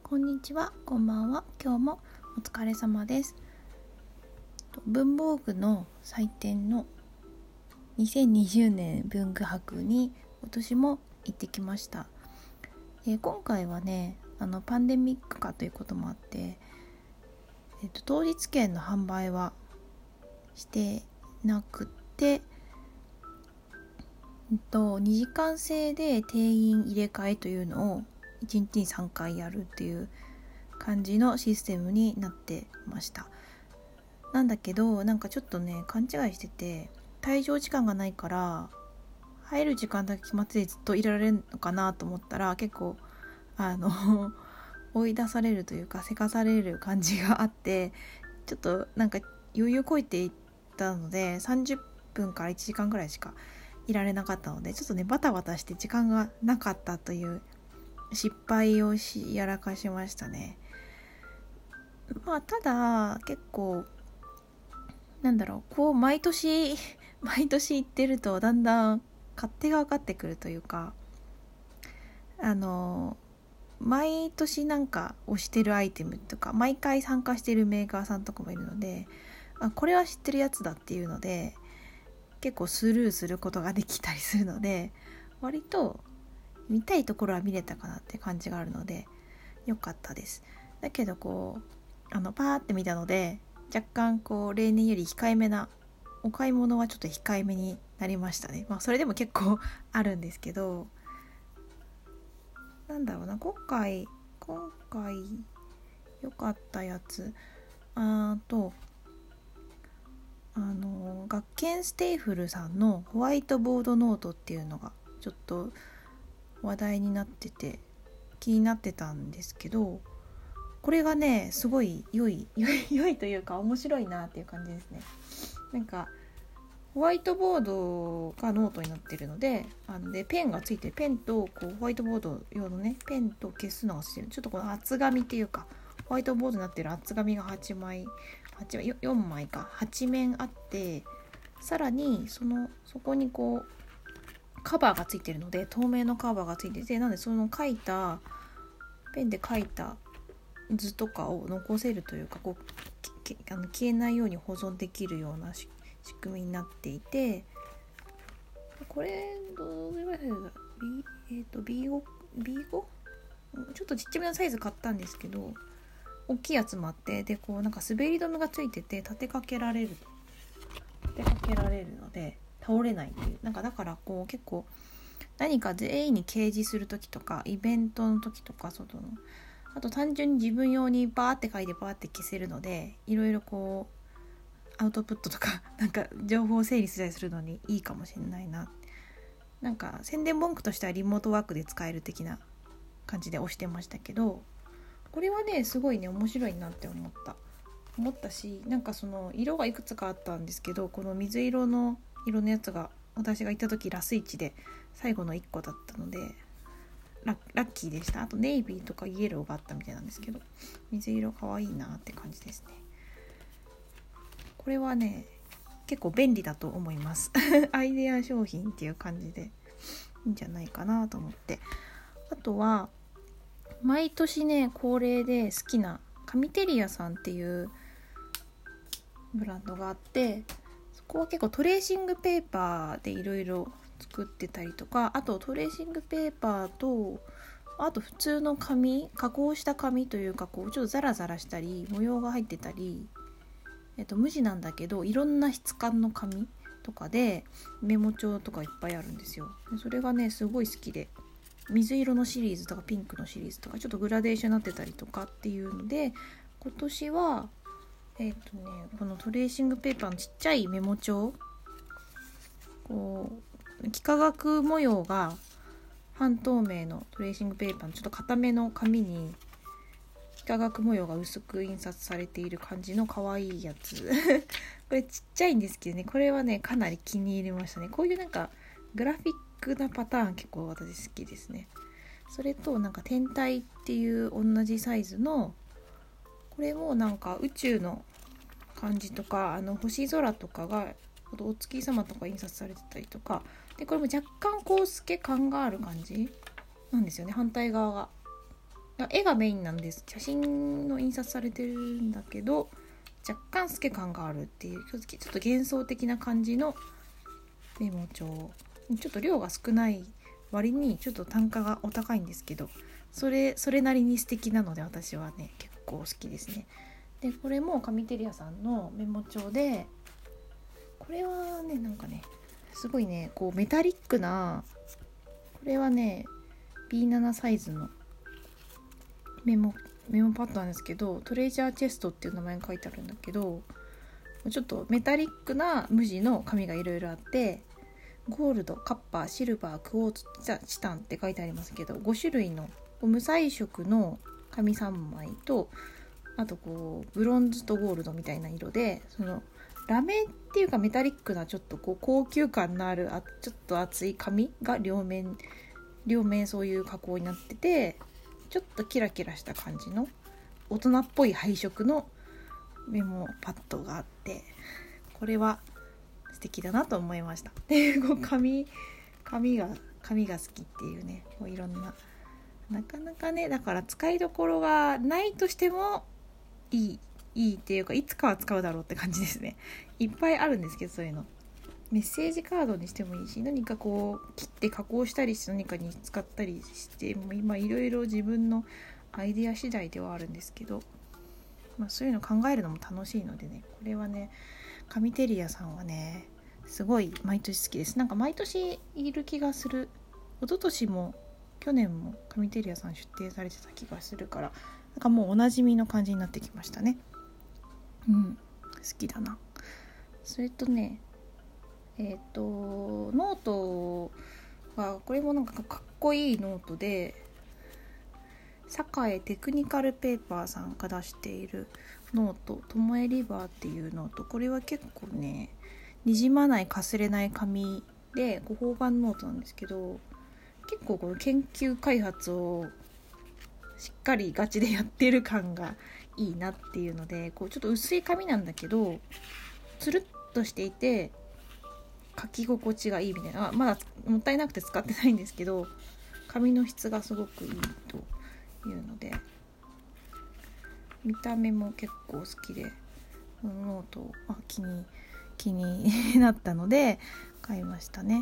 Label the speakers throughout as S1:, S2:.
S1: こんにちは、こんばんは。今日もお疲れ様です。文房具の祭典の2020年文具博に今年も行ってきました。今回はね、パンデミック化ということもあって、当日券の販売はしてなくて、2時間制で定員入れ替えというのを1日に3回やるっていう感じのシステムになってました。なんだけどちょっとね勘違いしてて、退場時間がないから入る時間だけ決まっててずっといられるのかなと思ったら、結構追い出されるというかせかされる感じがあって、ちょっと余裕こいていったので30分から1時間ぐらいしかいられなかったので、ちょっとねバタバタして時間がなかったという失敗をやらかしましたね。ただ結構こう毎年行ってるとだんだん勝手が分かってくるというか、毎年推してるアイテムとか毎回参加してるメーカーさんとかもいるので、これは知ってるやつだっていうので結構スルーすることができたりするので、割と見たいところは見れたかなって感じがあるので良かったです。だけどパーって見たので若干例年より控えめなお買い物はちょっと控えめになりましたね。それでも結構あるんですけど、今回良かったやつ学研ステイフルさんのホワイトボードノートっていうのがちょっと話題になってて気になってたんですけど、これがねすごい良いというか面白いなっていう感じですね。ホワイトボードがノートになってるので、でペンがついて、ペンとホワイトボード用のねペンと消すのがついてる、ちょっとこの厚紙っていうかホワイトボードになってる厚紙が4枚か8面あって、さらにそこにカバーがついてるので、透明のカバーがついてて、なのでそのペンで書いた図とかを残せるというか消えないように保存できるような仕組みになっていて、これどういうサイズだ B5 ちょっとちっちゃめのサイズ買ったんですけど、大きいやつもあって、で滑り止めがついてて立てかけられるので倒れないっていう、だから結構何か全員に掲示する時とかイベントの時とかあと単純に自分用にバーって書いてバーって消せるので、いろいろアウトプットとか情報を整理したりするのにいいかもしれないな。宣伝文句としてはリモートワークで使える的な感じで押してましたけど、これはねすごいね面白いなって思ったし、その色がいくつかあったんですけど、この水色のやつが私が行った時ラス1で最後の1個だったのでラッキーでした。あとネイビーとかイエローがあったみたいなんですけど、水色かわいいなって感じですね。これはね結構便利だと思いますアイデア商品っていう感じでいいんじゃないかなと思って、あとは毎年ね恒例で好きなカミテリアさんっていうブランドがあって、そこは結構トレーシングペーパーでいろいろ作ってたりとか、あとトレーシングペーパーとあと普通の紙、加工した紙というかちょっとザラザラしたり模様が入ってたり、無地なんだけどいろんな質感の紙とかでメモ帳とかいっぱいあるんですよ。それがねすごい好きで、水色のシリーズとかピンクのシリーズとかちょっとグラデーションになってたりとかっていうので、今年はこのトレーシングペーパーのちっちゃいメモ帳、幾何学模様が半透明のトレーシングペーパーのちょっと固めの紙に幾何学模様が薄く印刷されている感じの可愛いやつこれちっちゃいんですけどね、これはねかなり気に入りましたね。こういうグラフィックなパターン結構私好きですね。それと天体っていう同じサイズの、これも宇宙の感じとか星空とかがお月様とか印刷されてたりとかで、これも若干透け感がある感じなんですよね。反対側が絵がメインなんです。写真の印刷されてるんだけど若干透け感があるっていうちょっと幻想的な感じのメモ帳。ちょっと量が少ない割にちょっと単価がお高いんですけど、それなりに素敵なので私はね結構好きですね。でこれも紙テリアさんのメモ帳で、これはねなんかねすごいねこうメタリックな、これはね B7 サイズのメモパッドなんですけど、トレジャーチェストっていう名前が書いてあるんだけど、ちょっとメタリックな無地の紙がいろいろあって、ゴールド、カッパー、シルバー、クォーツ、チタンって書いてありますけど、5種類の無彩色の紙3枚と、あとこうブロンズとゴールドみたいな色で、そのラメっていうかメタリックなちょっとこう高級感のあるちょっと厚い紙が両面そういう加工になってて、ちょっとキラキラした感じの大人っぽい配色のメモパッドがあって、これは素敵だなと思いました。でこう紙が好きっていうね、こういろんなかなかね、だから使いどころがないとしてもいいっていうか、いつかは使うだろうって感じですね。いっぱいあるんですけど、そういうのメッセージカードにしてもいいし、何かこう切って加工したりして何かに使ったりしても、今いろいろ自分のアイデア次第ではあるんですけど、そういうの考えるのも楽しいのでね、これはね紙テリアさんはねすごい毎年好きです。なんか毎年いる気がする。一昨年も去年も紙テリアさん出展されてた気がするから、なんかもうおなじみの感じになってきましたね。好きだな。それとねノートはこれもなんかかっこいいノートで、栄テクニカルペーパーさんが出しているノート、ともえリバーっていうノート、これは結構ねにじまないかすれない紙で方眼ノートなんですけど、結構この研究開発をしっかりガチでやってる感がいいなっていうので、こうちょっと薄い紙なんだけどつるっとしていて書き心地がいいみたいな、まだもったいなくて使ってないんですけど、紙の質がすごくいいというので、見た目も結構好きで、このノート気になったので買いましたね。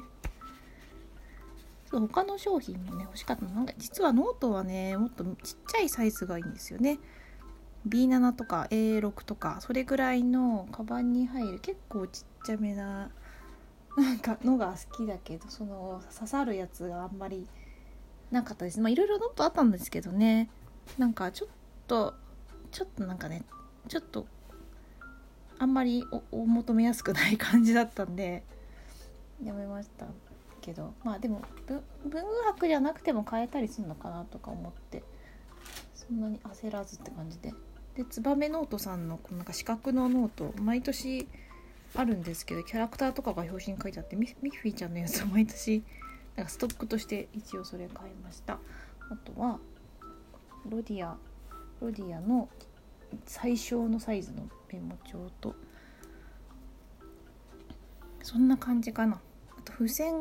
S1: 他の商品もね欲しかったの。なんか実はノートはねもっとちっちゃいサイズがいいんですよね。 B7 とか A6 とかそれぐらいのカバンに入る結構ちっちゃめななんかのが好きだけど、その刺さるやつがあんまりなかったです。いろいろノートあったんですけどね、なんかちょっとなんかねちょっとあんまり お求めやすくない感じだったんでやめましたけど、でも文具博じゃなくても買えたりするのかなとか思って、そんなに焦らずって感じで。ツバメノートさんのこのなんか四角のノート毎年あるんですけど、キャラクターとかが表紙に書いてあって、ミッフィーちゃんのやつを毎年なんかストックとして一応それ買いました。あとはロディアの最小のサイズのメモ帳と、そんな感じかな。あと付箋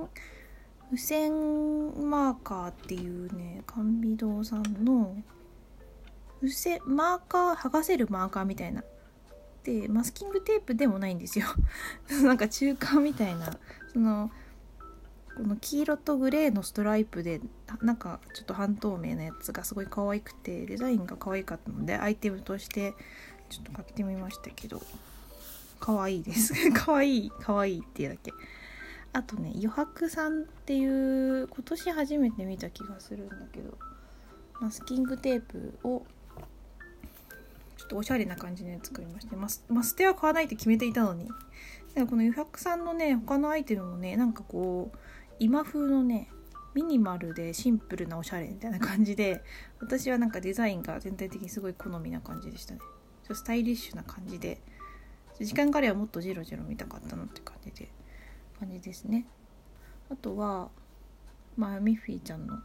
S1: マーカーっていうね、甘美堂さんの付箋マーカー、剥がせるマーカーみたいなで、マスキングテープでもないんですよなんか中間みたいな、この黄色とグレーのストライプでなんかちょっと半透明なやつがすごい可愛くて、デザインが可愛かったのでアイテムとしてちょっと買ってみましたけど、可愛いです可愛いっていうだけ。あとね、余白さんっていう今年初めて見た気がするんだけど、マスキングテープをちょっとおしゃれな感じで作りまして、マステは買わないって決めていたのに、この余白さんのね他のアイテムもね、なんかこう今風のねミニマルでシンプルなおしゃれみたいな感じで、私はなんかデザインが全体的にすごい好みな感じでしたね。ちょっとスタイリッシュな感じで、時間があればもっとジロジロ見たかったなって感じですね。あとはミッフィーちゃんの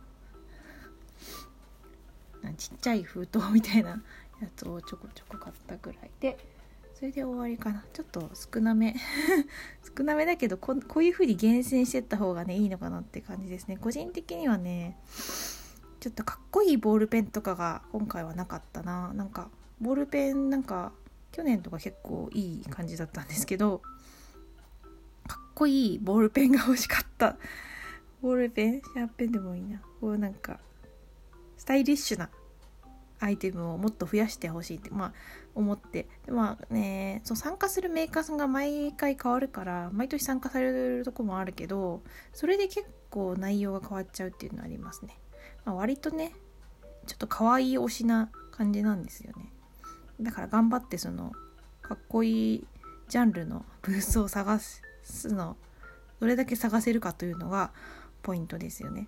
S1: ちっちゃい封筒みたいなやつをちょこちょこ買ったぐらいで、それで終わりかな。ちょっと少なめだけど、こういう風に厳選してった方がねいいのかなって感じですね。個人的にはねちょっとかっこいいボールペンとかが今回はなかったな。なんかボールペンなんか去年とか結構いい感じだったんですけど、かっこいいボールペンが欲しかった。ボールペン、シャーペンでもいいな。こうなんかスタイリッシュなアイテムをもっと増やしてほしいって思って、そう参加するメーカーさんが毎回変わるから毎年参加されるとこもあるけど、それで結構内容が変わっちゃうっていうのはありますね。割とねちょっと可愛い推しな感じなんですよね。だから頑張ってそのかっこいいジャンルのブースを探すのどれだけ探せるかというのがポイントですよね。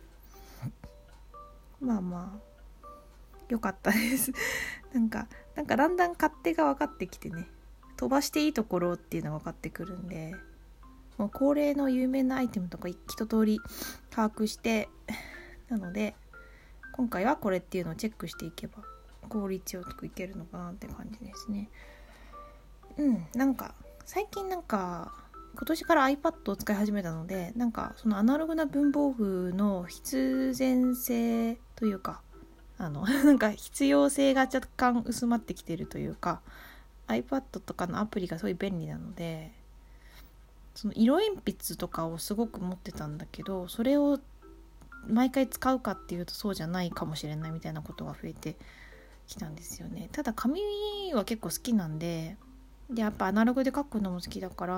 S1: 良かったですなんかだんだん勝手が分かってきてね、飛ばしていいところっていうのが分かってくるんで、もう恒例の有名なアイテムとか一通り把握してなので今回はこれっていうのをチェックしていけば効率よくいけるのかなって感じですね。なんか最近今年から iPad を使い始めたので、そのアナログな文房具の必然性というか必要性が若干薄まってきているというか、 iPad とかのアプリがすごい便利なので、その色鉛筆とかをすごく持ってたんだけど、それを毎回使うかっていうとそうじゃないかもしれないみたいなことが増えてきたんですよね。ただ紙は結構好きなんで、やっぱアナログで書くのも好きだから、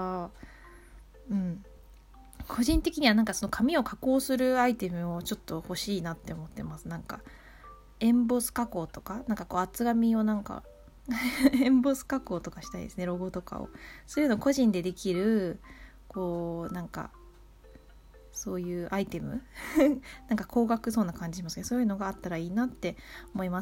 S1: 個人的にはその紙を加工するアイテムをちょっと欲しいなって思ってます。エンボス加工とか厚紙をエンボス加工とかしたいですね。ロゴとかをそういうの個人でできるそういうアイテム高額そうな感じしますけど、そういうのがあったらいいなって思います。